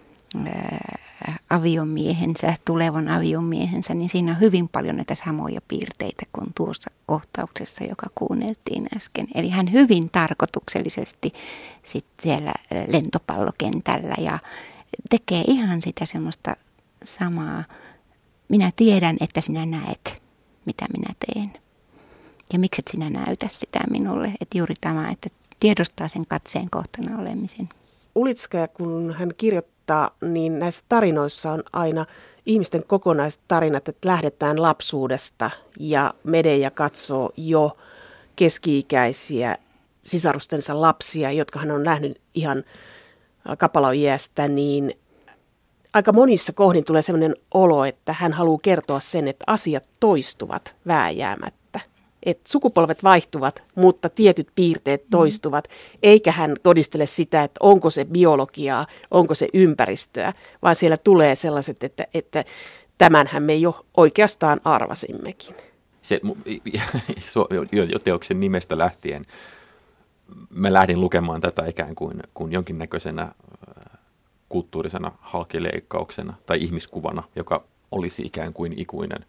tulevan aviomiehensä, niin siinä on hyvin paljon näitä samoja piirteitä kuin tuossa kohtauksessa, joka kuunneltiin äsken. Eli hän hyvin tarkoituksellisesti sit siellä lentopallokentällä ja tekee ihan sitä semmoista samaa. Minä tiedän, että sinä näet, mitä minä teen. Ja mikset sinä näytä sitä minulle, että juuri tämä, että tiedostaa sen katseen kohtana olemisen. Ulitskaja, kun hän kirjoittaa, niin näissä tarinoissa on aina ihmisten kokonaiset tarinat, että lähdetään lapsuudesta ja Medea katsoo jo keski-ikäisiä sisarustensa lapsia, jotka hän on nähnyt ihan kapalaojäästä, niin aika monissa kohdin tulee sellainen olo, että hän haluaa kertoa sen, että asiat toistuvat vääjäämättä. Että sukupolvet vaihtuvat, mutta tietyt piirteet toistuvat, eikä hän todistele sitä, että onko se biologiaa, onko se ympäristöä, vaan siellä tulee sellaiset, että tämänhän me jo oikeastaan arvasimmekin. Se, jo teoksen nimestä lähtien mä lähdin lukemaan tätä ikään kuin jonkinnäköisenä kulttuurisena halkileikkauksena tai ihmiskuvana, joka olisi ikään kuin ikuinen.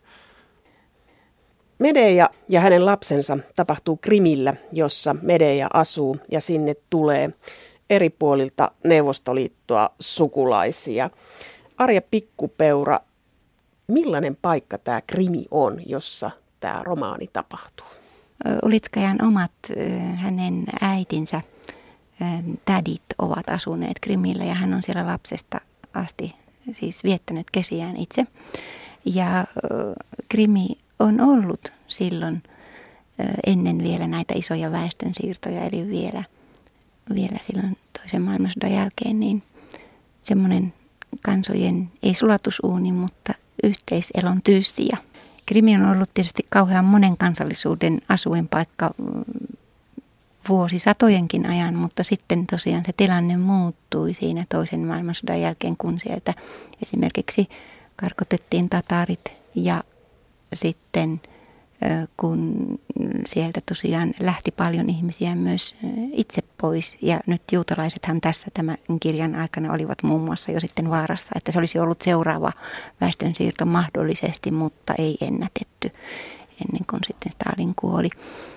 Medea ja hänen lapsensa tapahtuu Krimillä, jossa Medea asuu, ja sinne tulee eri puolilta Neuvostoliittoa sukulaisia. Arja Pikkupeura, millainen paikka tämä Krimi on, jossa tämä romaani tapahtuu? Ulitskajan omat hänen äitinsä tädit ovat asuneet Krimillä ja hän on siellä lapsesta asti siis viettänyt kesiään itse. Ja Krimi on ollut silloin ennen vielä näitä isoja väestönsiirtoja, eli vielä silloin toisen maailmansodan jälkeen, niin semmoinen kansojen, ei sulatusuuni, mutta yhteiselon tyyssiä. Krimi on ollut tietysti kauhean monen kansallisuuden asuinpaikka vuosisatojenkin ajan, mutta sitten tosiaan se tilanne muuttui siinä toisen maailmansodan jälkeen, kun sieltä esimerkiksi karkotettiin tatarit ja sitten kun sieltä tosiaan lähti paljon ihmisiä myös itse pois. Ja nyt juutalaisethan tässä tämän kirjan aikana olivat muun muassa jo sitten vaarassa, että se olisi ollut seuraava väestönsiirto mahdollisesti, mutta ei ennätetty ennen kuin sitten Stalin kuoli.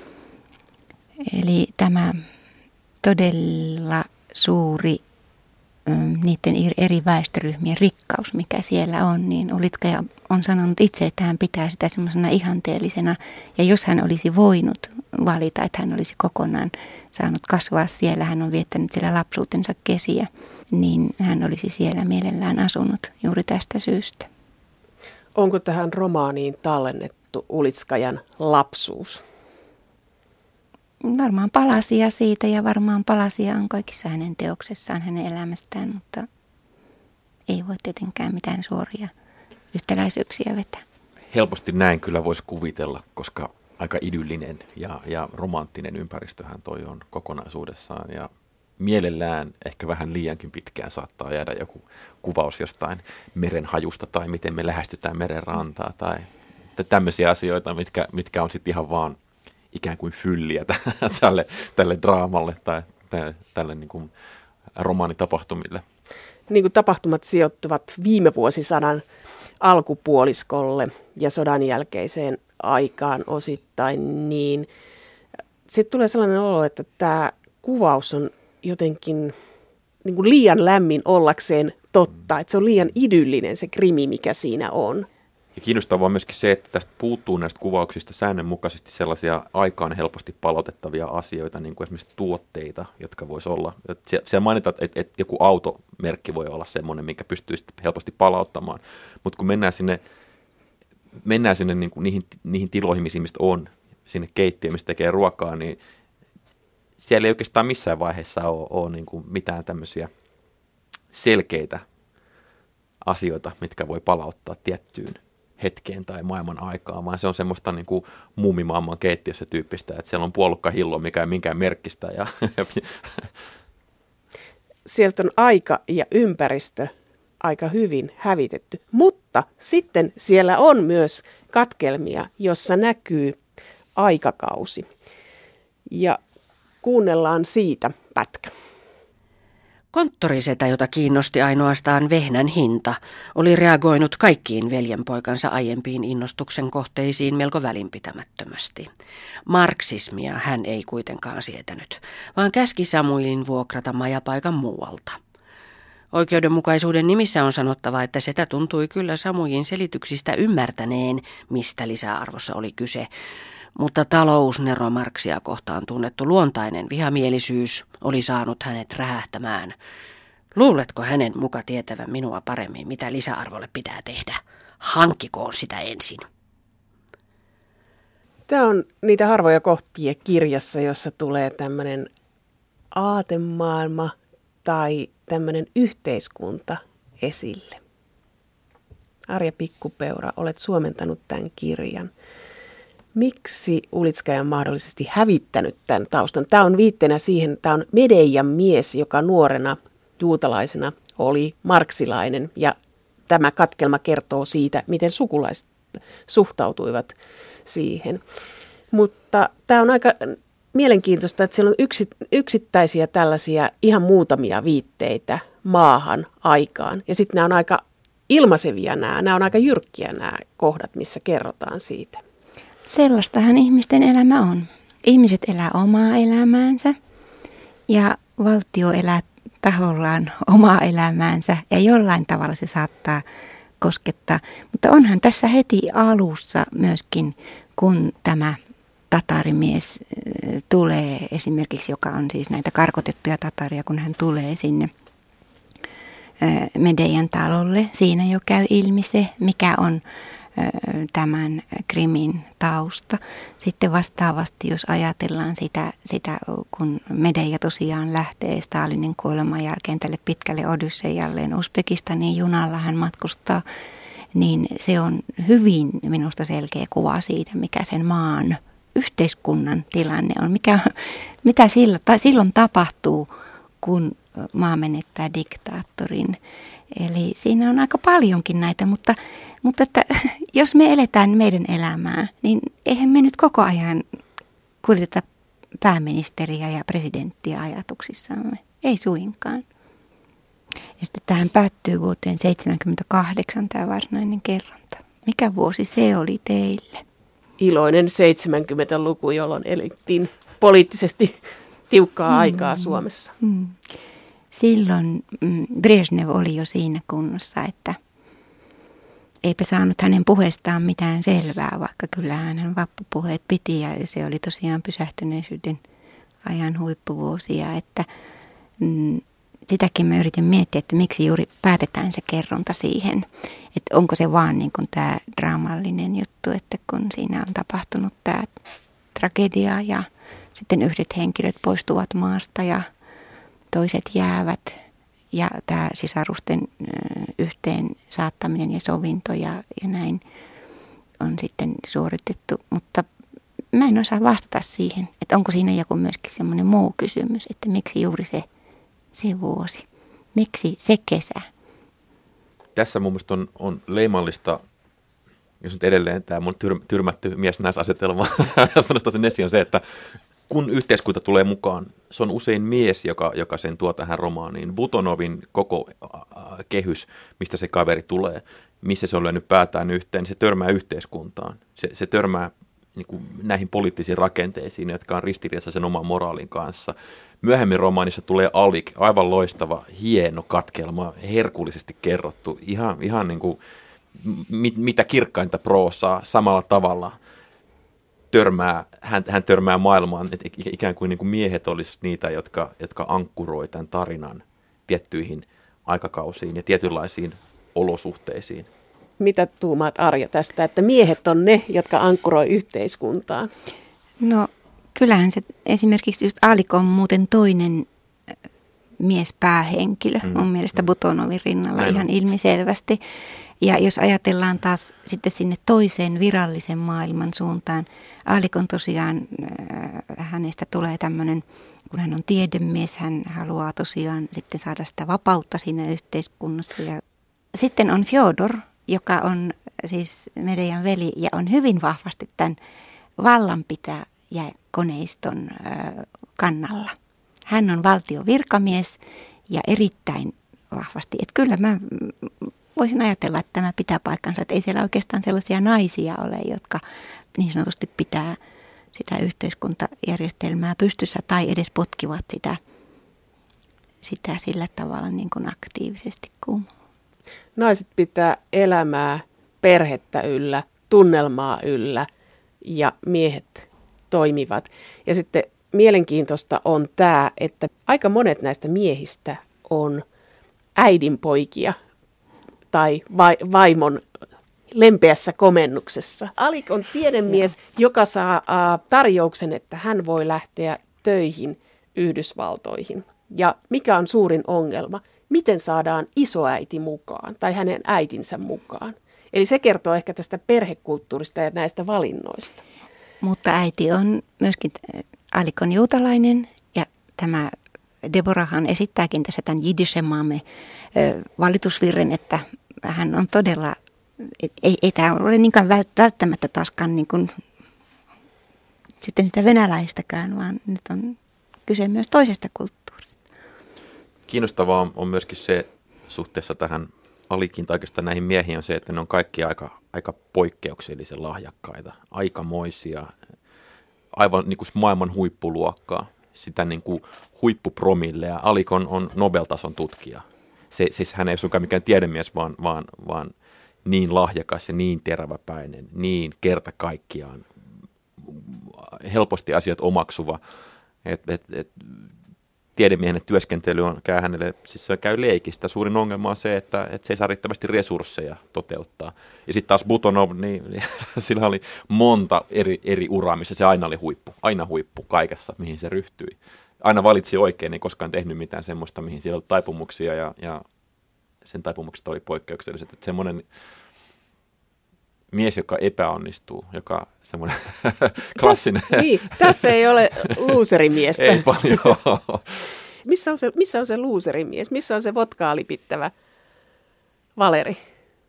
Eli tämä todella suuri niiden eri väestöryhmien rikkaus, mikä siellä on, niin Ulitskaja on sanonut itse, että hän pitää sitä semmoisena ihanteellisena. Ja jos hän olisi voinut valita, että hän olisi kokonaan saanut kasvaa siellä, hän on viettänyt siellä lapsuutensa kesiä, niin hän olisi siellä mielellään asunut juuri tästä syystä. Onko tähän romaaniin tallennettu Ulitskajan lapsuus? Varmaan palasia siitä ja varmaan palasia on kaikissa hänen teoksessaan, hänen elämästään, mutta ei voi tietenkään mitään suoria yhtäläisyyksiä vetää. Helposti näin kyllä voisi kuvitella, koska aika idyllinen ja romanttinen ympäristöhän toi on kokonaisuudessaan ja mielellään ehkä vähän liiankin pitkään saattaa jäädä joku kuvaus jostain merenhajusta tai miten me lähestytään meren rantaa tai tämmöisiä asioita, mitkä on sitten ihan vaan ikään kuin fylliä tälle draamalle tai tälle niin kuin romaanitapahtumille. Niin kuin tapahtumat sijoittuvat viime vuosisadan alkupuoliskolle ja sodan jälkeiseen aikaan osittain, niin sitten tulee sellainen olo, että tämä kuvaus on jotenkin niin kuin liian lämmin ollakseen totta, että se on liian idyllinen se krimi, mikä siinä on. Ja kiinnostavaa on myöskin se, että tästä puuttuu näistä kuvauksista säännönmukaisesti sellaisia aikaan helposti palautettavia asioita, niin kuin esimerkiksi tuotteita, jotka voisi olla. Siellä mainitaan, että joku automerkki voi olla semmoinen, mikä pystyy helposti palauttamaan, mutta kun mennään sinne niin kuin niihin tiloihin, missä ihmiset on, sinne keittiöön, mistä tekee ruokaa, niin siellä ei oikeastaan missään vaiheessa ole niin kuin mitään tämmöisiä selkeitä asioita, mitkä voi palauttaa tiettyyn hetkeen tai maailman aikaan, vaan se on semmoista niin kuin muumimaailman keittiössä tyyppistä, että siellä on puolukka hillo, mikä ei minkään merkkistä. Sieltä on aika ja ympäristö aika hyvin hävitetty, mutta sitten siellä on myös katkelmia, jossa näkyy aikakausi. Ja kuunnellaan siitä pätkä. Konttorisetä, jota kiinnosti ainoastaan vehnän hinta, oli reagoinut kaikkiin veljenpoikansa aiempiin innostuksen kohteisiin melko välinpitämättömästi. Marksismia hän ei kuitenkaan sietänyt, vaan käski Samuelin vuokrata majapaikan muualta. Oikeudenmukaisuuden nimissä on sanottava, että setä tuntui kyllä Samuelin selityksistä ymmärtäneen, mistä lisäarvossa oli kyse, mutta talousnero Marksia kohtaan tunnettu luontainen vihamielisyys oli saanut hänet rähähtämään. Luuletko hänen muka tietävän minua paremmin, mitä lisäarvolle pitää tehdä? Hankkikoon sitä ensin. Tämä on niitä harvoja kohtia kirjassa, jossa tulee tämmöinen aatemaailma tai tämmöinen yhteiskunta esille. Arja Pikkupeura, olet suomentanut tämän kirjan. Miksi Ulitskaja on mahdollisesti hävittänyt tämän taustan? Tämä on viitteenä siihen, tämä on Medeian mies, joka nuorena juutalaisena oli marksilainen. Ja tämä katkelma kertoo siitä, miten sukulaiset suhtautuivat siihen. Mutta tämä on aika mielenkiintoista, että siellä on yksittäisiä tällaisia ihan muutamia viitteitä maahan, aikaan. Ja sitten nämä on aika ilmaisevia nämä on aika jyrkkiä nämä kohdat, missä kerrotaan siitä. Sellaistahan ihmisten elämä on. Ihmiset elää omaa elämäänsä ja valtio elää tahollaan omaa elämäänsä ja jollain tavalla se saattaa koskettaa. Mutta onhan tässä heti alussa myöskin, kun tämä tatarimies tulee esimerkiksi, joka on siis näitä karkotettuja tataria, kun hän tulee sinne Medeian talolle. Siinä jo käy ilmi se, mikä on tämän krimin tausta. Sitten vastaavasti, jos ajatellaan sitä kun Medeia tosiaan lähtee Stalinin kuoleman jälkeen tälle pitkälle Odysseijalleen Uzbekistanin junalla hän matkustaa, niin se on hyvin minusta selkeä kuva siitä, mikä sen maan yhteiskunnan tilanne on, mitä silloin tapahtuu, kun maa menettää diktaattorin. Eli siinä on aika paljonkin näitä, mutta että jos me eletään meidän elämää, niin eihän me nyt koko ajan kuriteta pääministeriä ja presidenttiä ajatuksissamme. Ei suinkaan. Ja sitten tähän päättyy vuoteen 1978 tämä varsinainen kerronta. Mikä vuosi se oli teille? Iloinen 70-luku, jolloin elettiin poliittisesti tiukkaa aikaa Suomessa. Silloin Brezhnev oli jo siinä kunnossa, että eipä saanut hänen puheestaan mitään selvää, vaikka kyllähän hän vappupuheet piti ja se oli tosiaan pysähtyneisyyden ajan huippuvuosia, että sitäkin mä yritin miettiä, että miksi juuri päätetään se kerronta siihen, että onko se vaan niin kuin tämä draamallinen juttu, että kun siinä on tapahtunut tämä tragedia ja sitten yhdet henkilöt poistuvat maasta ja toiset jäävät ja tämä sisarusten yhteen saattaminen ja sovinto ja näin on sitten suoritettu, mutta mä en osaa vastata siihen, että onko siinä joku myöskin semmoinen muu kysymys, että miksi juuri se vuosi, miksi se kesä. Tässä mun mielestä on leimallista, jos nyt edelleen tämä mun tyrmätty mies-naisasetelma, sen esiin on se, että kun yhteiskunta tulee mukaan, se on usein mies, joka sen tuo tähän romaaniin. Butonovin koko kehys, mistä se kaveri tulee, missä se on lyönyt päätään yhteen, niin se törmää yhteiskuntaan. Se törmää niin kuin näihin poliittisiin rakenteisiin, jotka on ristiriidassa sen oman moraalin kanssa. Myöhemmin romaanissa tulee Alik, aivan loistava, hieno katkelma, herkullisesti kerrottu, ihan niin kuin mitä kirkkainta proosaa samalla tavalla hän törmää maailmaan, että ikään kuin, niin kuin miehet olisi niitä, jotka ankkuroi tämän tarinan tiettyihin aikakausiin ja tietynlaisiin olosuhteisiin. Mitä tuumaat, Arja, tästä, että miehet on ne, jotka ankkuroi yhteiskuntaan? No kyllähän se esimerkiksi just Aalikko on muuten toinen miespäähenkilö mun mielestä Butonovin rinnalla ihan ilmiselvästi. Ja jos ajatellaan taas sitten sinne toiseen virallisen maailman suuntaan, Aalikon tosiaan hänestä tulee tämmöinen, kun hän on tiedemies, hän haluaa tosiaan sitten saada sitä vapautta siinä yhteiskunnassa. Ja sitten on Fjodor, joka on siis meidän veli ja on hyvin vahvasti tämän vallanpitäjäkoneiston kannalla. Hän on valtion virkamies ja erittäin vahvasti. Että kyllä mä voisin ajatella, että tämä pitää paikkansa, että ei siellä oikeastaan sellaisia naisia ole, jotka niin sanotusti pitää sitä yhteiskuntajärjestelmää pystyssä tai edes potkivat sitä sillä tavalla niin kuin aktiivisesti kuin Naiset pitää elämää, perhettä yllä, tunnelmaa yllä ja miehet toimivat. Ja sitten mielenkiintoista on tämä, että aika monet näistä miehistä on äidinpoikia tai vaimon lempeässä komennuksessa. Alik on tiedemies, joka saa tarjouksen, että hän voi lähteä töihin Yhdysvaltoihin. Ja mikä on suurin ongelma? Miten saadaan isoäiti mukaan tai hänen äitinsä mukaan? Eli se kertoo ehkä tästä perhekulttuurista ja näistä valinnoista. Mutta äiti on myöskin, Alik on juutalainen ja tämä Deborahhan esittääkin tässä tämän Jiddische-maamme valitusvirren, että hän on todella, ei tämä ole niinkään välttämättä taaskaan niin kuin sitten sitä venäläistäkään, vaan nyt on kyse myös toisesta kulttuurista. Kiinnostavaa on myöskin se suhteessa tähän Alikin tai oikeastaan näihin miehiin on se, että ne on kaikki aika poikkeuksellisen lahjakkaita, aikamoisia, aivan niin kuin maailman huippuluokkaa, sitä niin kuin huippupromillea. Alik on Nobel-tason tutkija. Siis hän ei suinkaan mikään tiedemies, vaan niin lahjakas ja niin teräväpäinen, niin kerta kaikkiaan helposti asiat omaksuva, että tiedemiehen työskentely käy hänelle, siis se käy leikistä. Suurin ongelma on se, että se ei saa riittävästi resursseja toteuttaa. Ja sitten taas Butonov, niin sillä oli monta eri uraa, missä se aina oli aina huippu kaikessa, mihin se ryhtyi. Aina valitsi oikein, ei koskaan tehnyt mitään semmoista, mihin siellä oli taipumuksia ja sen taipumukset oli poikkeukselliset. Että semmoinen mies, joka epäonnistuu, joka semmoinen klassinen. Tässä ei ole luuserimiestä. Ei paljon. Missä on se luuserimies? Missä on se vodkaa lipittävä Valeri?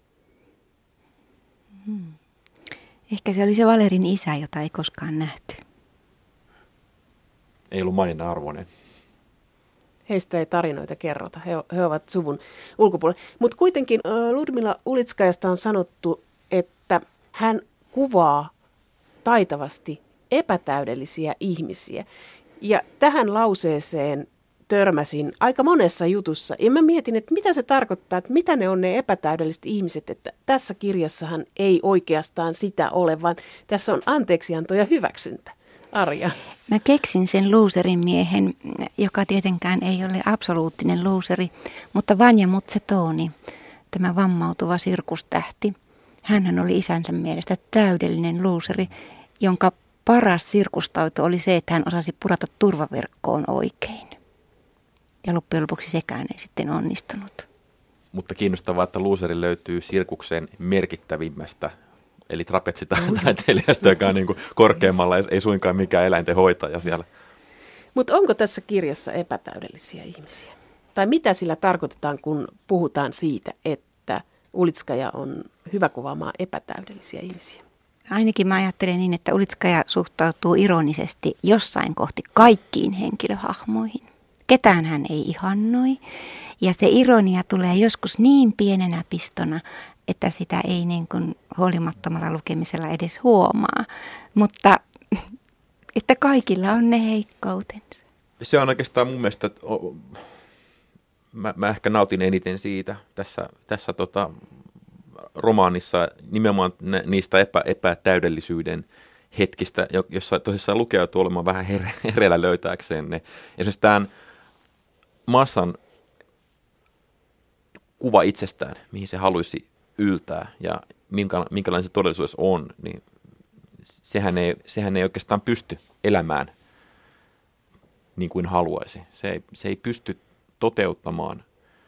Ehkä se oli se Valerin isä, jota ei koskaan nähty. Ei ollut maininnan arvoinen. Heistä ei tarinoita kerrota. He ovat suvun ulkopuolella. Mutta kuitenkin Ludmila Ulitskajasta on sanottu, että hän kuvaa taitavasti epätäydellisiä ihmisiä. Ja tähän lauseeseen törmäsin aika monessa jutussa. Ja mä mietin, että mitä se tarkoittaa, että mitä ne on ne epätäydelliset ihmiset. Että tässä kirjassahan ei oikeastaan sitä ole, vaan tässä on anteeksianto ja hyväksyntä. Arja. Mä keksin sen luuserin miehen, joka tietenkään ei ole absoluuttinen luuseri, mutta Vanja Mutsetoni, tämä vammautuva sirkustähti. Hänhän oli isänsä mielestä täydellinen luuseri, jonka paras sirkustaito oli se, että hän osasi purata turvaverkkoon oikein. Ja loppujen lopuksi sekään ei sitten onnistunut. Mutta kiinnostavaa, että luuseri löytyy sirkuksen merkittävimmästä, eli trapetsitaiteilijasta, joka on niin kuin korkeammalla, ei suinkaan mikään eläinten hoitaja siellä. Mutta onko tässä kirjassa epätäydellisiä ihmisiä? Tai mitä sillä tarkoitetaan, kun puhutaan siitä, että Ulitskaja on hyvä kuvaamaan epätäydellisiä ihmisiä? Ainakin mä ajattelen niin, että Ulitskaja suhtautuu ironisesti jossain kohti kaikkiin henkilöhahmoihin. Ketään hän ei ihannoi ja se ironia tulee joskus niin pienenä pistona, että sitä ei niin kuin huolimattomalla lukemisella edes huomaa. Mutta että kaikilla on ne heikkoutensa. Se on oikeastaan mun mielestä, että mä ehkä nautin eniten siitä tässä romaanissa nimenomaan niistä epätäydellisyyden hetkistä, jossa tosissaan lukija joutuu olemaan vähän hereillä löytääkseen ne. Esimerkiksi tämän massan kuva itsestään, mihin se haluaisi yltää ja minkälainen se todellisuudessa on, niin sehän ei oikeastaan pysty elämään niin kuin haluaisi. Se ei pysty toteuttamaan,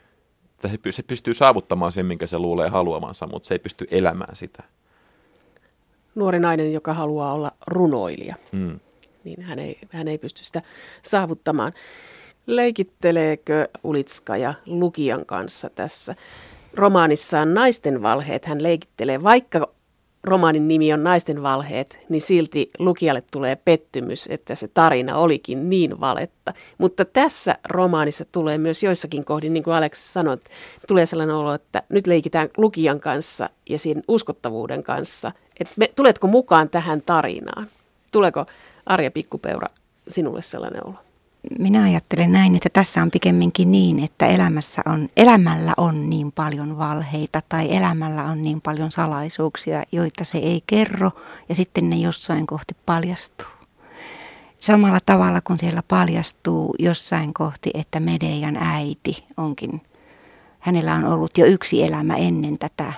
se pystyy saavuttamaan sen, minkä se luulee haluamansa, mutta se ei pysty elämään sitä. Nuori nainen, joka haluaa olla runoilija, niin hän ei pysty sitä saavuttamaan. Leikitteleekö Ulitskaja lukijan kanssa tässä? Romaanissaan Naisten valheet hän leikittelee, vaikka romaanin nimi on Naisten valheet, niin silti lukijalle tulee pettymys, että se tarina olikin niin valetta. Mutta tässä romaanissa tulee myös joissakin kohdin, niin kuin Alex sanoi, tulee sellainen olo, että nyt leikitään lukijan kanssa ja siinä uskottavuuden kanssa. Että tuletko mukaan tähän tarinaan? Tuleeko Arja Pikkupeura sinulle sellainen olo? Minä ajattelen näin, että tässä on pikemminkin niin, että elämällä on niin paljon valheita tai elämällä on niin paljon salaisuuksia, joita se ei kerro ja sitten ne jossain kohti paljastuu. Samalla tavalla kun siellä paljastuu jossain kohti, että Medean äiti onkin, hänellä on ollut jo yksi elämä ennen tätä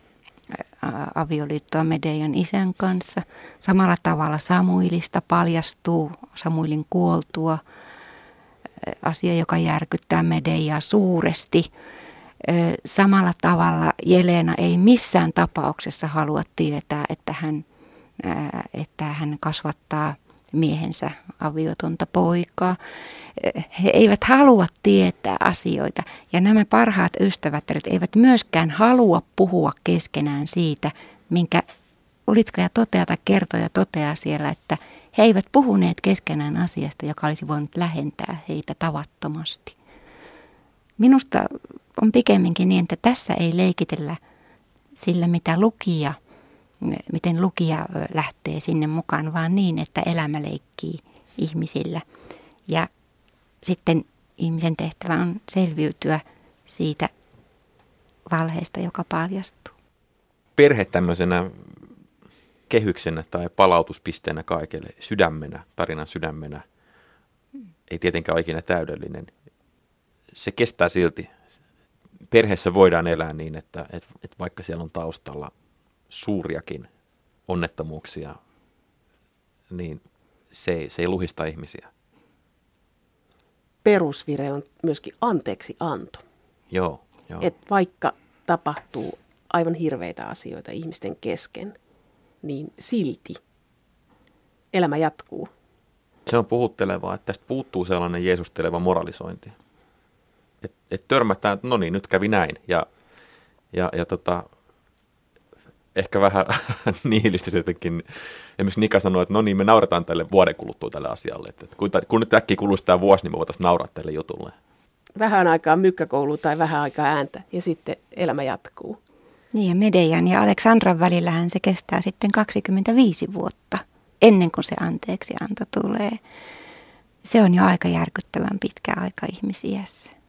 avioliittoa Medean isän kanssa. Samalla tavalla Samuilista paljastuu Samuilin kuoltua. Asia, joka järkyttää Medeaa suuresti. Samalla tavalla Jelena ei missään tapauksessa halua tietää, että hän kasvattaa miehensä aviotonta poikaa. He eivät halua tietää asioita ja nämä parhaat ystävättäret eivät myöskään halua puhua keskenään siitä, minkä Ulitskaja toteaa siellä, että he eivät puhuneet keskenään asiasta, joka olisi voinut lähentää heitä tavattomasti. Minusta on pikemminkin niin, että tässä ei leikitellä sillä, miten lukija lähtee sinne mukaan, vaan niin, että elämä leikkii ihmisillä. Ja sitten ihmisen tehtävä on selviytyä siitä valheesta, joka paljastuu. Perhe tämmöisenä kehyksenä tai palautuspisteenä kaikelle, tarinan sydämenä, ei tietenkään ole ikinä täydellinen. Se kestää silti. Perheessä voidaan elää niin, että vaikka siellä on taustalla suuriakin onnettomuuksia, niin se ei luhista ihmisiä. Perusvire on myöskin anteeksi anto. Joo. Et vaikka tapahtuu aivan hirveitä asioita ihmisten kesken, niin silti elämä jatkuu. Se on puhuttelevaa, että tästä puuttuu sellainen jeesusteleva moralisointi. Että törmätään, että no niin, nyt kävi näin. Ja ehkä vähän nihilistisestikin. Esimerkiksi Nika sanoi, että no niin, me naurataan tälle vuoden kuluttua tälle asialle. Että kun nyt äkkiä kuluisi tämä vuosi, niin me voitaisiin nauraa tälle jutulle. Vähän aikaa mykkäkoulu tai vähän aikaa ääntä ja sitten elämä jatkuu. Niin ja Medean ja Aleksandran välillähän se kestää sitten 25 vuotta ennen kuin se anteeksianto tulee. Se on jo aika järkyttävän pitkä aika ihmisiässä.